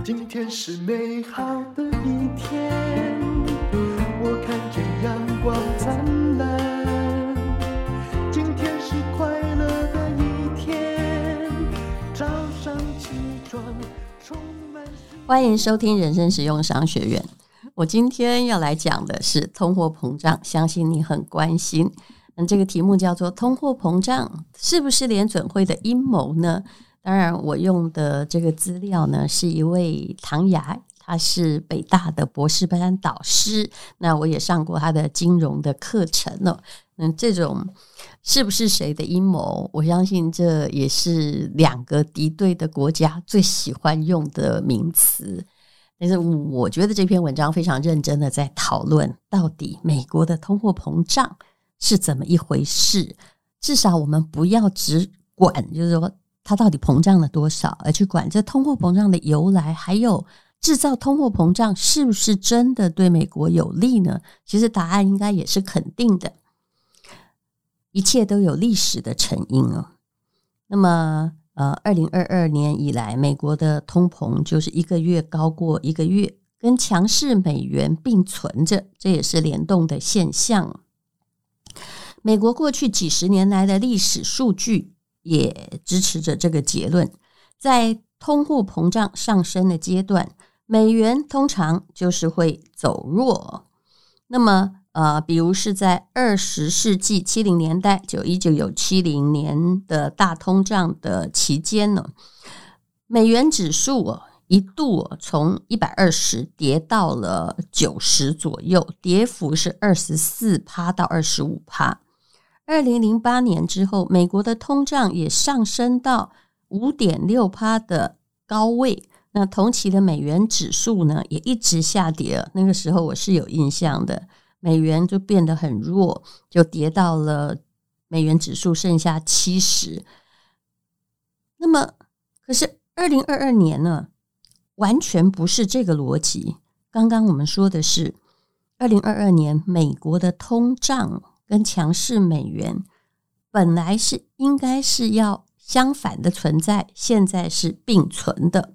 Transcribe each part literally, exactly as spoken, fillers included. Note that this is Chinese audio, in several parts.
今天是美好的一天，我看见阳光灿烂。今天是快乐的一天，早上起床充满。 欢迎收听人生实用商学院。我今天要来讲的是通货膨胀，相信你很关心。嗯，这个题目叫做通货膨胀是不是联准会的阴谋呢？当然我用的这个资料呢是一位唐雅，他是北大的博士班导师，那我也上过他的金融的课程哦。嗯，这种是不是谁的阴谋，我相信这也是两个敌对的国家最喜欢用的名词。但是我觉得这篇文章非常认真的在讨论到底美国的通货膨胀是怎么一回事，至少我们不要只管就是说它到底膨胀了多少，而去管这通货膨胀的由来，还有制造通货膨胀是不是真的对美国有利呢？其实答案应该也是肯定的，一切都有历史的成因哦。那么呃，二零二二年以来，美国的通膨就是一个月高过一个月，跟强势美元并存着，这也是联动的现象。美国过去几十年来的历史数据也支持着这个结论，在通货膨胀上升的阶段，美元通常就是会走弱。那么呃，比如是在二十世纪七零年代，就一九七零年的大通胀的期间呢，美元指数、哦、一度、哦、从一百二十跌到了九十左右，跌幅是 百分之二十四 到 百分之二十五。二零零八年之后，美国的通胀也上升到 五点六 的高位，那同期的美元指数呢也一直下跌了，那个时候我是有印象的，美元就变得很弱，就跌到了美元指数剩下七十。那么可是二零二二年呢，完全不是这个逻辑。刚刚我们说的是二零二二年美国的通胀跟强势美元本来是应该是要相反的存在，现在是并存的。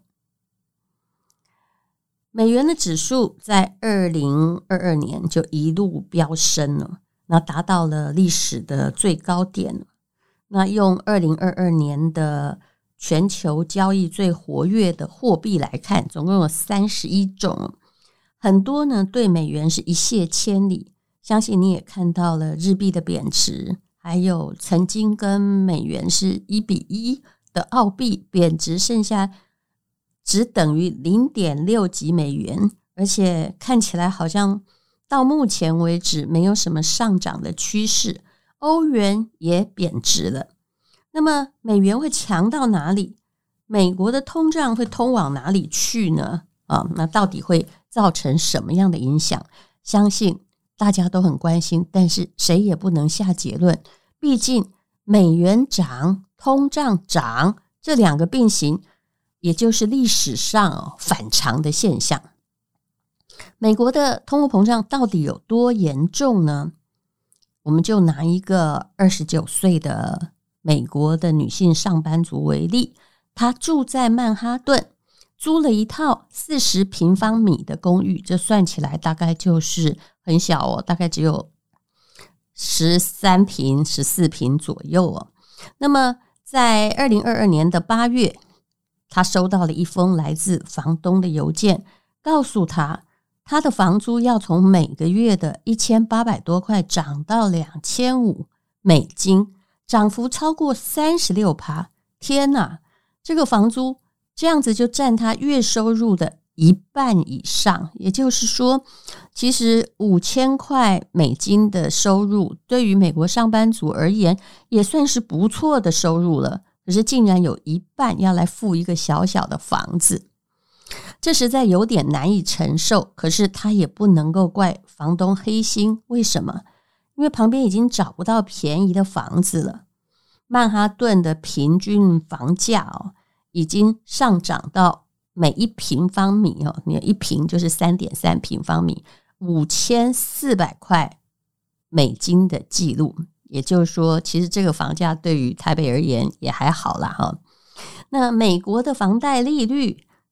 美元的指数在二零二二年就一路飙升了，那达到了历史的最高点。那用二零二二年的全球交易最活跃的货币来看，总共有三十一种，很多呢对美元是一泻千里。相信你也看到了日币的贬值，还有曾经跟美元是一比一的澳币贬值，剩下只等于 零点六 几美元，而且看起来好像到目前为止没有什么上涨的趋势。欧元也贬值了，那么美元会强到哪里？美国的通胀会通往哪里去呢？啊，那到底会造成什么样的影响？相信大家都很关心，但是谁也不能下结论，毕竟美元涨通胀涨这两个并行，也就是历史上反常的现象。美国的通货膨胀到底有多严重呢？我们就拿一个二十九岁的美国的女性上班族为例，她住在曼哈顿，租了一套四十平方米的公寓，这算起来大概就是很小哦，大概只有十三平十四平左右哦。那么在二零二二年的八月，他收到了一封来自房东的邮件，告诉他他的房租要从每个月的一千八百多块涨到两千五百美金，涨幅超过 百分之三十六。 天哪，这个房租这样子就占他月收入的一半以上，也就是说其实五千块美金的收入对于美国上班族而言也算是不错的收入了，可是竟然有一半要来付一个小小的房子，这实在有点难以承受。可是他也不能够怪房东黑心，为什么？因为旁边已经找不到便宜的房子了。曼哈顿的平均房价哦已经上涨到每一平方米哦，你一平就是 三点三平方米，五千四百块美金的记录。也就是说，其实这个房价对于台北而言也还好啦哈。那美国的房贷利率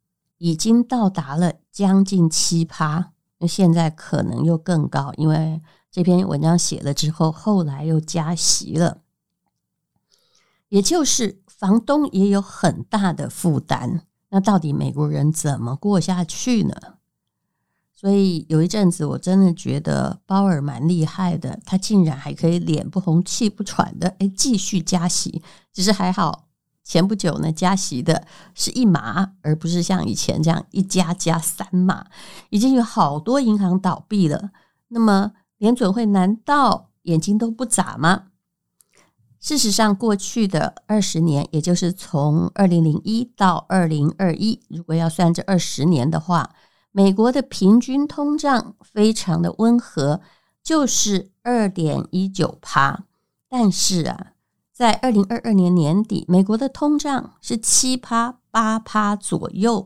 已经到达了将近 百分之七， 现在可能又更高，因为这篇文章写了之后，后来又加息了，也就是房东也有很大的负担。那到底美国人怎么过下去呢？所以有一阵子我真的觉得鲍尔蛮厉害的，他竟然还可以脸不红气不喘的诶继续加息。只是还好前不久呢，加息的是一码，而不是像以前这样一加加三码，已经有好多银行倒闭了。那么联准会难道眼睛都不眨吗？事实上过去的二十年，也就是从二零零一到二零二一，如果要算这二十年的话，美国的平均通胀非常的温和，就是 二点一九 趴。但是啊，在二零二二年年底，美国的通胀是 七趴八趴左右。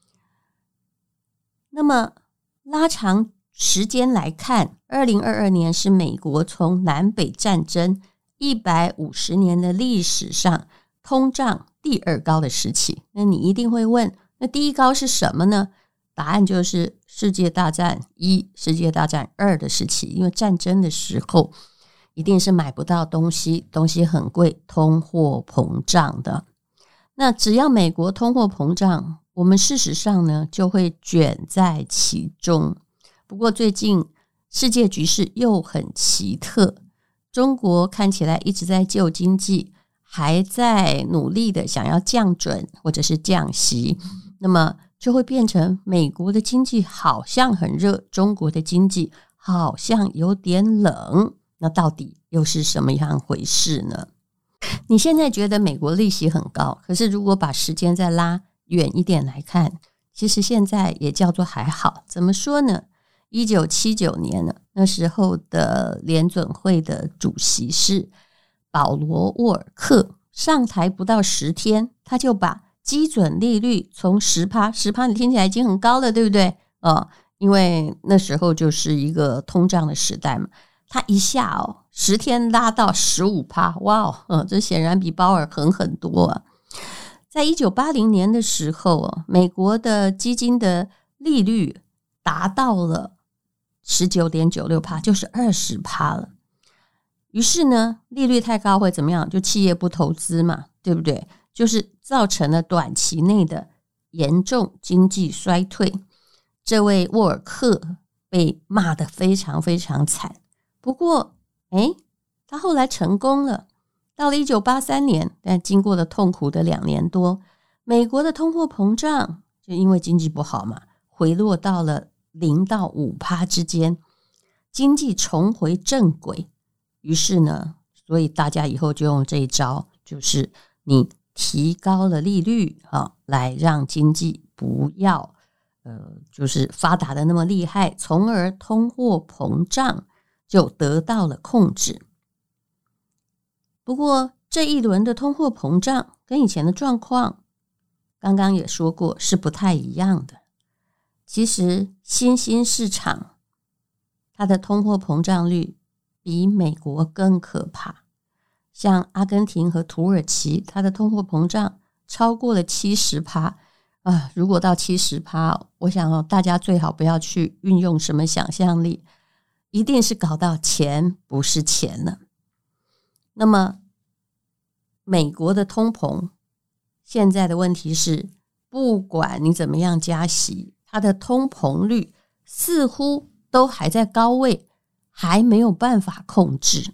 那么拉长时间来看，二零二二年是美国从南北战争一百五十年的历史上通胀第二高的时期。那你一定会问，那第一高是什么呢？答案就是世界大战一、世界大战二的时期，因为战争的时候一定是买不到东西，东西很贵，通货膨胀的。那只要美国通货膨胀，我们事实上呢就会卷在其中。不过最近世界局势又很奇特，中国看起来一直在救经济，还在努力的想要降准或者是降息，那么就会变成美国的经济好像很热，中国的经济好像有点冷。那到底又是什么样回事呢？你现在觉得美国利息很高，可是如果把时间再拉远一点来看，其实现在也叫做还好。怎么说呢？一九七九年呢，那时候的联准会的主席是保罗·沃尔克，上台不到十天，他就把基准利率从 百分之十， 百分之十你听起来已经很高了，对不对？哦，因为那时候就是一个通胀的时代嘛。他一下哦，十天拉到 百分之十五， 哇哦、嗯，这显然比鲍尔狠很多啊。在一九八零年的时候，美国的基金的利率达到了 十九点九六， 就是 百分之二十 了。于是呢，利率太高会怎么样？就企业不投资嘛，对不对？就是造成了短期内的严重经济衰退。这位沃尔克被骂得非常非常惨。不过诶他后来成功了。到了一九八三年，但经过了痛苦的两年多，美国的通货膨胀就因为经济不好嘛，回落到了零到 百分之五 之间，经济重回正轨。于是呢，所以大家以后就用这一招，就是你提高了利率、哦、来让经济不要呃，就是发达的那么厉害，从而通货膨胀就得到了控制。不过这一轮的通货膨胀跟以前的状况刚刚也说过是不太一样的。其实新兴市场它的通货膨胀率比美国更可怕，像阿根廷和土耳其，它的通货膨胀超过了 百分之七十、啊、如果到 百分之七十， 我想大家最好不要去运用什么想象力，一定是搞到钱不是钱了。那么美国的通膨现在的问题是，不管你怎么样加息，它的通膨率似乎都还在高位，还没有办法控制。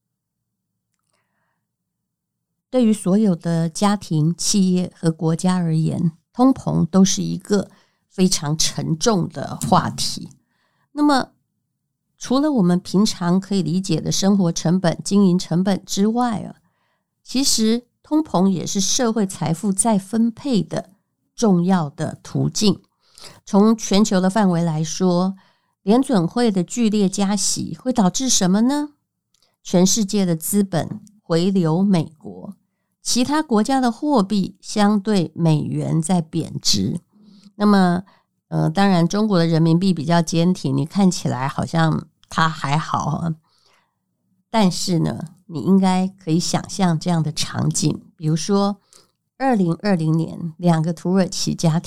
对于所有的家庭、企业和国家而言，通膨都是一个非常沉重的话题。那么除了我们平常可以理解的生活成本、经营成本之外啊，其实通膨也是社会财富再分配的重要的途径。从全球的范围来说，联准会的剧烈加息会导致什么呢？全世界的资本回流美国，其他国家的货币相对美元在贬值。那么呃，当然中国的人民币比较坚挺，你看起来好像它还好啊。但是呢，你应该可以想象这样的场景，比如说二零二零年两个土耳其家庭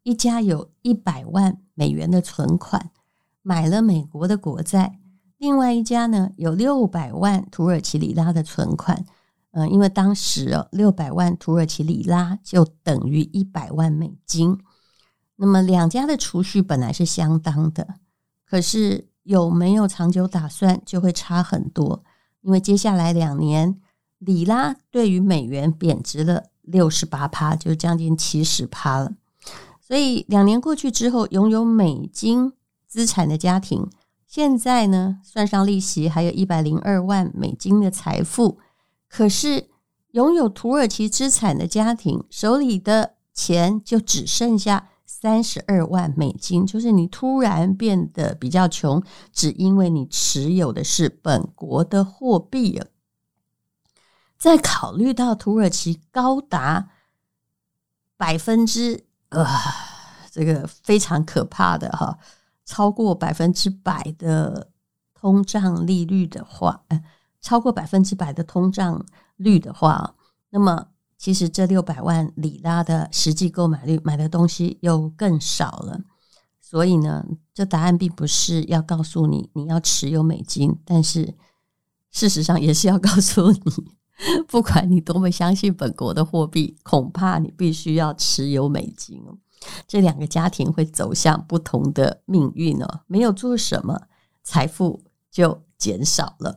一家有一百万美元的存款，买了美国的国债，另外一家呢有六百万土耳其里拉的存款，呃，因为当时哦，六百万土耳其里拉就等于一百万美金。那么两家的储蓄本来是相当的，可是有没有长久打算就会差很多，因为接下来两年里拉对于美元贬值了 百分之六十八， 就将近 百分之七十 了。所以两年过去之后，拥有美金资产的家庭现在呢，算上利息还有一百零二万美金的财富，可是拥有土耳其资产的家庭手里的钱就只剩下三十二万美金，就是你突然变得比较穷，只因为你持有的是本国的货币。再考虑到土耳其高达百分之呃这个非常可怕的哈，超过百分之百的通胀利率的话，呃、超过百分之百的通胀率的话，那么其实这六百万里拉的实际购买率买的东西又更少了。所以呢，这答案并不是要告诉你你要持有美金，但是事实上也是要告诉你，不管你多么相信本国的货币，恐怕你必须要持有美金。这两个家庭会走向不同的命运哦，没有做什么，财富就减少了。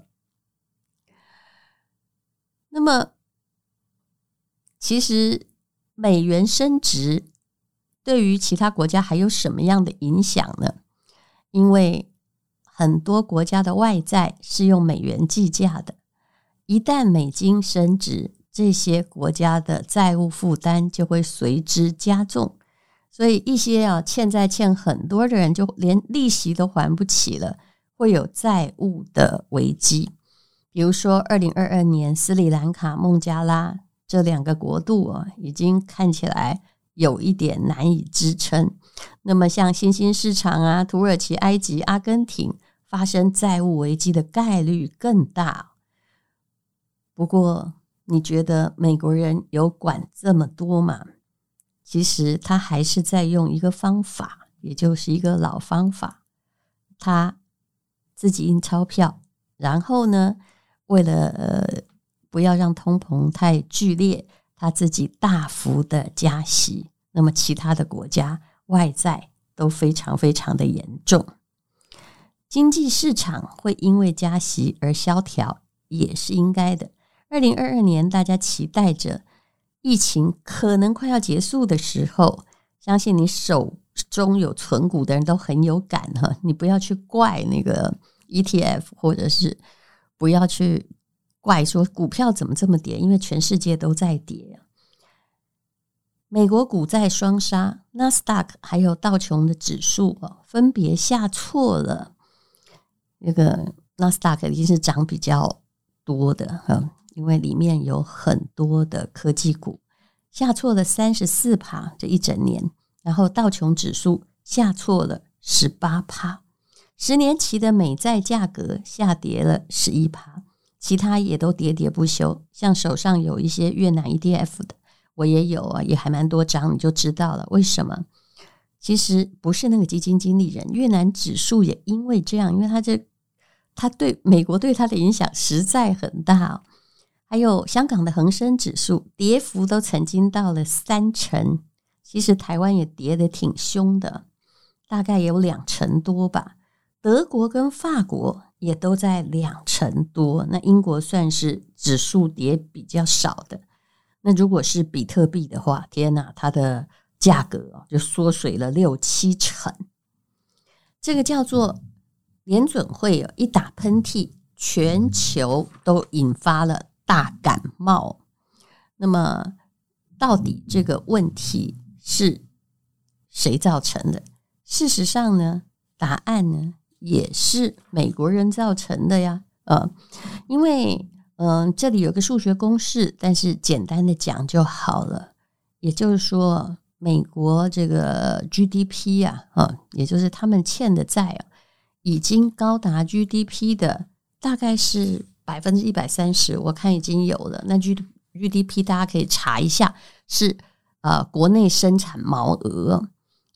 那么其实美元升值对于其他国家还有什么样的影响呢？因为很多国家的外债是用美元计价的，一旦美金升值，这些国家的债务负担就会随之加重，所以一些啊欠债欠很多的人就连利息都还不起了，会有债务的危机。比如说二零二二年斯里兰卡、孟加拉这两个国度啊，已经看起来有一点难以支撑。那么像新兴市场啊，土耳其、埃及、阿根廷发生债务危机的概率更大。不过你觉得美国人有管这么多吗？其实他还是在用一个方法，也就是一个老方法，他自己印钞票，然后呢为了、呃、不要让通膨太剧烈，他自己大幅的加息，那么其他的国家外债都非常非常的严重。经济市场会因为加息而萧条，也是应该的。二零二二年大家期待着疫情可能快要结束的时候，相信你手中有存股的人都很有感哈。你不要去怪那个 E T F， 或者是不要去怪说股票怎么这么跌，因为全世界都在跌。美国股债双杀，纳斯达克还有道琼的指数分别下挫了。那个纳斯达克已经是涨比较多的，因为里面有很多的科技股，下挫了 百分之三十四 这一整年，然后道琼指数下挫了 百分之十八， 十年期的美债价格下跌了 百分之十一， 其他也都喋喋不休。像手上有一些越南 E T F 的，我也有啊，也还蛮多张，你就知道了为什么。其实不是那个基金经理人，越南指数也因为这样，因为他这他对美国对他的影响实在很大哦。还有香港的恒生指数跌幅都曾经到了三成，其实台湾也跌得挺凶的，大概有两成多吧。德国跟法国也都在两成多，那英国算是指数跌比较少的。那如果是比特币的话，天哪，它的价格就缩水了六七成。这个叫做联准会一打喷嚏，全球都引发了大感冒。那么到底这个问题是谁造成的？事实上呢，答案呢也是美国人造成的呀。呃，因为嗯、呃，这里有个数学公式，但是简单的讲就好了。也就是说，美国这个 G D P 啊，呃、也就是他们欠的债啊，已经高达 G D P 的大概是百分之一百三十，我看已经有了。那 G D P 大家可以查一下，是呃国内生产毛额。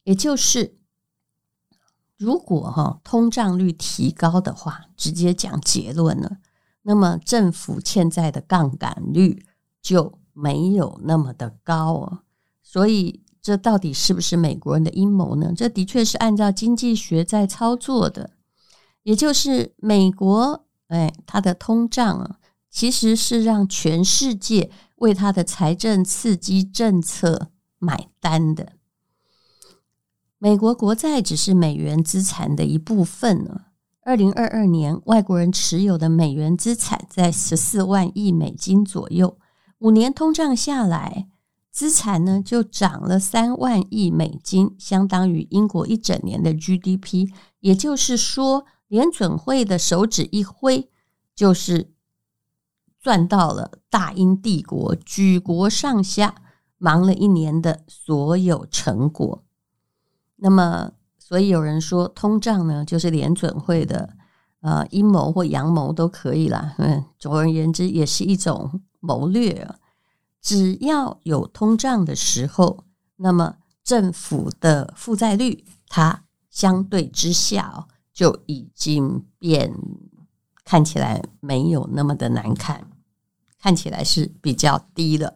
也就是如果、哦、通胀率提高的话，直接讲结论了，那么政府欠债的杠杆率就没有那么的高哦。所以这到底是不是美国人的阴谋呢？这的确是按照经济学在操作的，也就是美国哎，它的通胀啊，其实是让全世界为它的财政刺激政策买单的。美国国债只是美元资产的一部分呢。二零二二年，外国人持有的美元资产在十四万亿美金左右，五年通胀下来，资产呢就涨了三万亿美金，相当于英国一整年的 G D P。也就是说，联准会的手指一挥，就是赚到了大英帝国举国上下忙了一年的所有成果。那么所以有人说通胀呢就是联准会的呃阴谋或阳谋都可以啦，嗯，总而言之也是一种谋略啊。只要有通胀的时候，那么政府的负债率它相对之下哦就已经变看起来没有那么的难看，看起来是比较低了。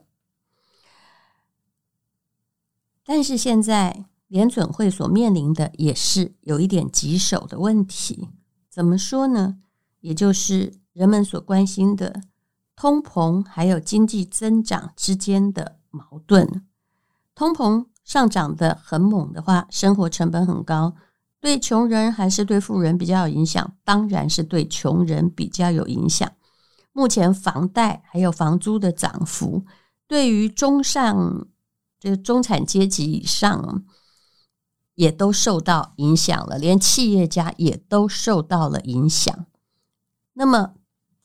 但是现在联准会所面临的也是有一点棘手的问题，怎么说呢？也就是人们所关心的通膨还有经济增长之间的矛盾。通膨上涨的很猛的话，生活成本很高，对穷人还是对富人比较有影响？当然是对穷人比较有影响。目前房贷还有房租的涨幅，对于中上就中产阶级以上也都受到影响了，连企业家也都受到了影响。那么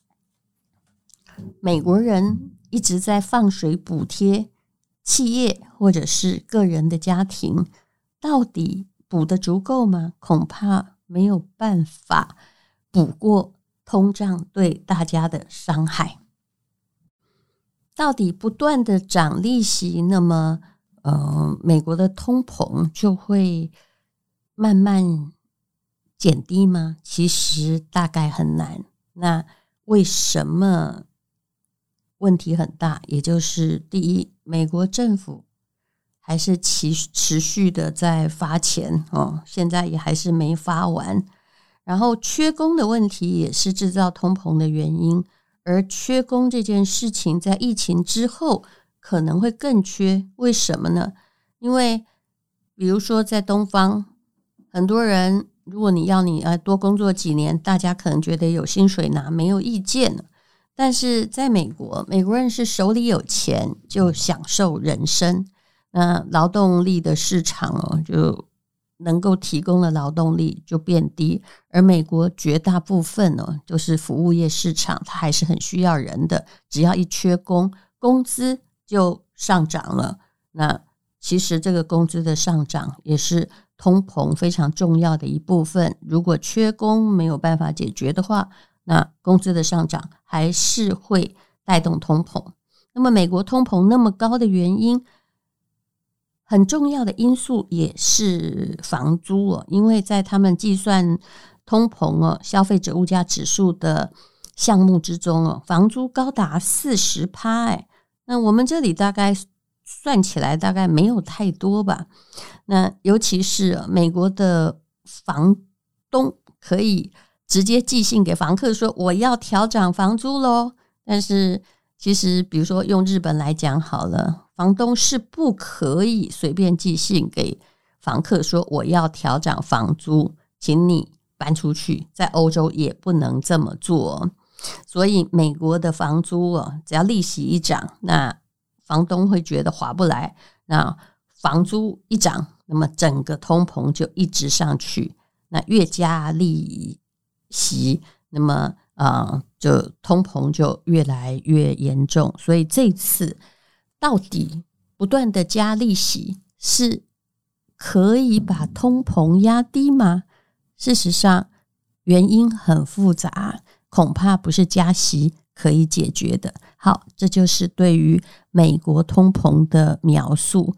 美国人一直在放水补贴企业或者是个人的家庭，到底补得足够吗？恐怕没有办法补过通胀对大家的伤害。到底不断的涨利息，那么呃，美国的通膨就会慢慢减低吗？其实大概很难。那为什么问题很大？也就是第一，美国政府还是持持续的在发钱哦，现在也还是没发完。然后缺工的问题也是制造通膨的原因，而缺工这件事情在疫情之后可能会更缺。为什么呢？因为比如说在东方，很多人如果你要你呃多工作几年，大家可能觉得有薪水拿，没有意见了。但是在美国，美国人是手里有钱就享受人生，那劳动力的市场哦，就能够提供的劳动力就变低，而美国绝大部分哦，就是服务业市场，它还是很需要人的，只要一缺工，工资就上涨了。那其实这个工资的上涨也是通膨非常重要的一部分，如果缺工没有办法解决的话，那工资的上涨还是会带动通膨。那么美国通膨那么高的原因，很重要的因素也是房租哦，因为在他们计算通膨哦，消费者物价指数的项目之中哦，房租高达 百分之四十， 哎，那我们这里大概算起来大概没有太多吧。那尤其是美国的房东可以直接寄信给房客说我要调涨房租咯，但是其实比如说用日本来讲好了，房东是不可以随便寄信给房客说我要调涨房租，请你搬出去，在欧洲也不能这么做。所以美国的房租哦，只要利息一涨，那房东会觉得划不来，那房租一涨，那么整个通膨就一直上去，那越加利息，那么呃，就通膨就越来越严重。所以这次到底不断的加利息是可以把通膨压低吗？事实上原因很复杂，恐怕不是加息可以解决的。好，这就是对于美国通膨的描述。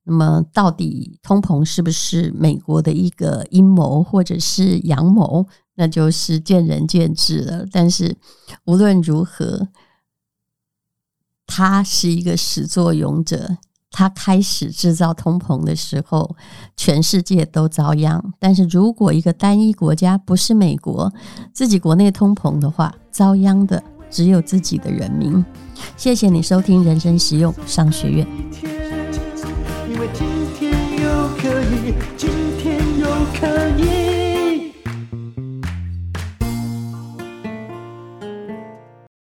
那么到底通膨是不是美国的一个阴谋或者是阳谋，那就是见仁见智了。但是无论如何，他是一个始作俑者，他开始制造通膨的时候，全世界都遭殃。但是如果一个单一国家，不是美国，自己国内通膨的话，遭殃的只有自己的人民。谢谢你收听人生实用商学院。 因为今天又可以